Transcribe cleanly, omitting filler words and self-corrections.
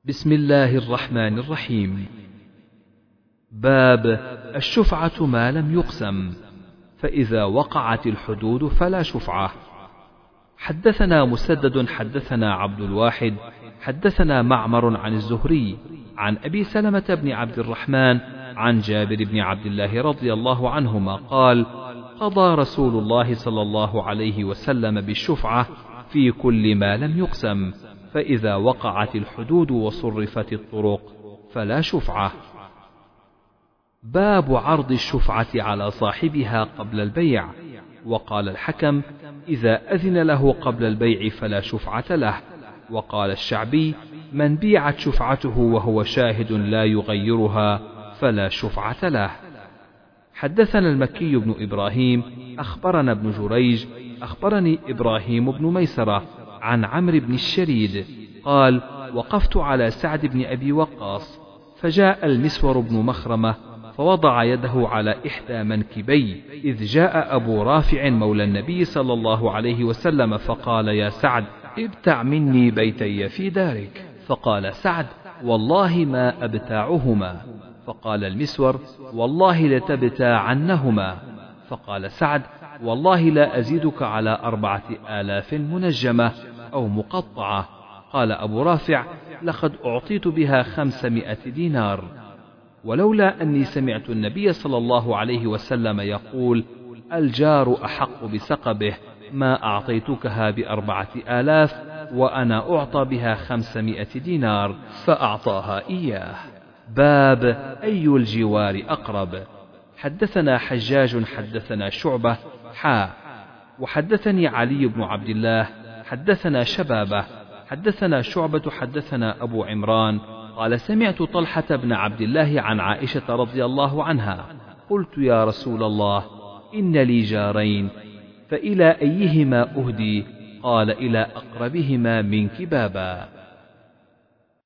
بسم الله الرحمن الرحيم. باب الشفعة ما لم يقسم، فإذا وقعت الحدود فلا شفعة. حدثنا مسدد حدثنا عبد الواحد حدثنا معمر عن الزهري عن أبي سلمة بن عبد الرحمن عن جابر بن عبد الله رضي الله عنهما قال: قضى رسول الله صلى الله عليه وسلم بالشفعة في كل ما لم يقسم، فإذا وقعت الحدود وصرفت الطرق فلا شفعة. باب عرض الشفعة على صاحبها قبل البيع. وقال الحكم: إذا أذن له قبل البيع فلا شفعة له. وقال الشعبي: من بيعت شفعته وهو شاهد لا يغيرها فلا شفعة له. حدثنا المكي بن إبراهيم أخبرنا ابن جريج أخبرني إبراهيم بن ميسرة عن عمرو بن الشريد قال: وقفت على سعد بن أبي وقاص، فجاء المسور بن مخرمة فوضع يده على إحدى منكبي، إذ جاء أبو رافع مولى النبي صلى الله عليه وسلم فقال: يا سعد، ابتع مني بيتي في دارك. فقال سعد: والله ما أبتاعهما. فقال المسور: والله لتبتاعنهما. فقال سعد: والله لا أزيدك على 4000 منجمة أو مقطعة. قال أبو رافع: لقد أعطيت بها 500 دينار، ولولا أني سمعت النبي صلى الله عليه وسلم يقول: الجار أحق بسقبه، ما أعطيتكها ب4000 وأنا أعطى بها 500 دينار، فأعطاها إياه. باب أي الجوار أقرب. حدثنا حجاج حدثنا شعبة وحدثني علي بن عبد الله حدثنا شبابة حدثنا شعبة حدثنا أبو عمران قال: سمعت طلحة بن عبد الله عن عائشة رضي الله عنها: قلت يا رسول الله، إن لي جارين، فإلى أيهما أهدي؟ قال: إلى أقربهما منك بابا.